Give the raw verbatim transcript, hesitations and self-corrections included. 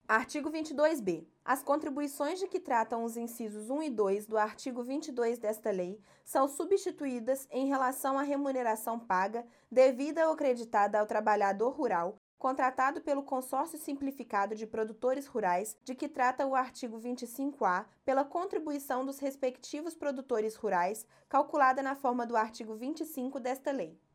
Artigo vinte e dois B. As contribuições de que tratam os incisos um e dois do artigo vinte e dois desta lei são substituídas em relação à remuneração paga, devida ou creditada ao trabalhador rural, contratado pelo Consórcio Simplificado de Produtores Rurais, de que trata o artigo vinte e cinco A, pela contribuição dos respectivos produtores rurais, calculada na forma do artigo vinte e cinco desta lei.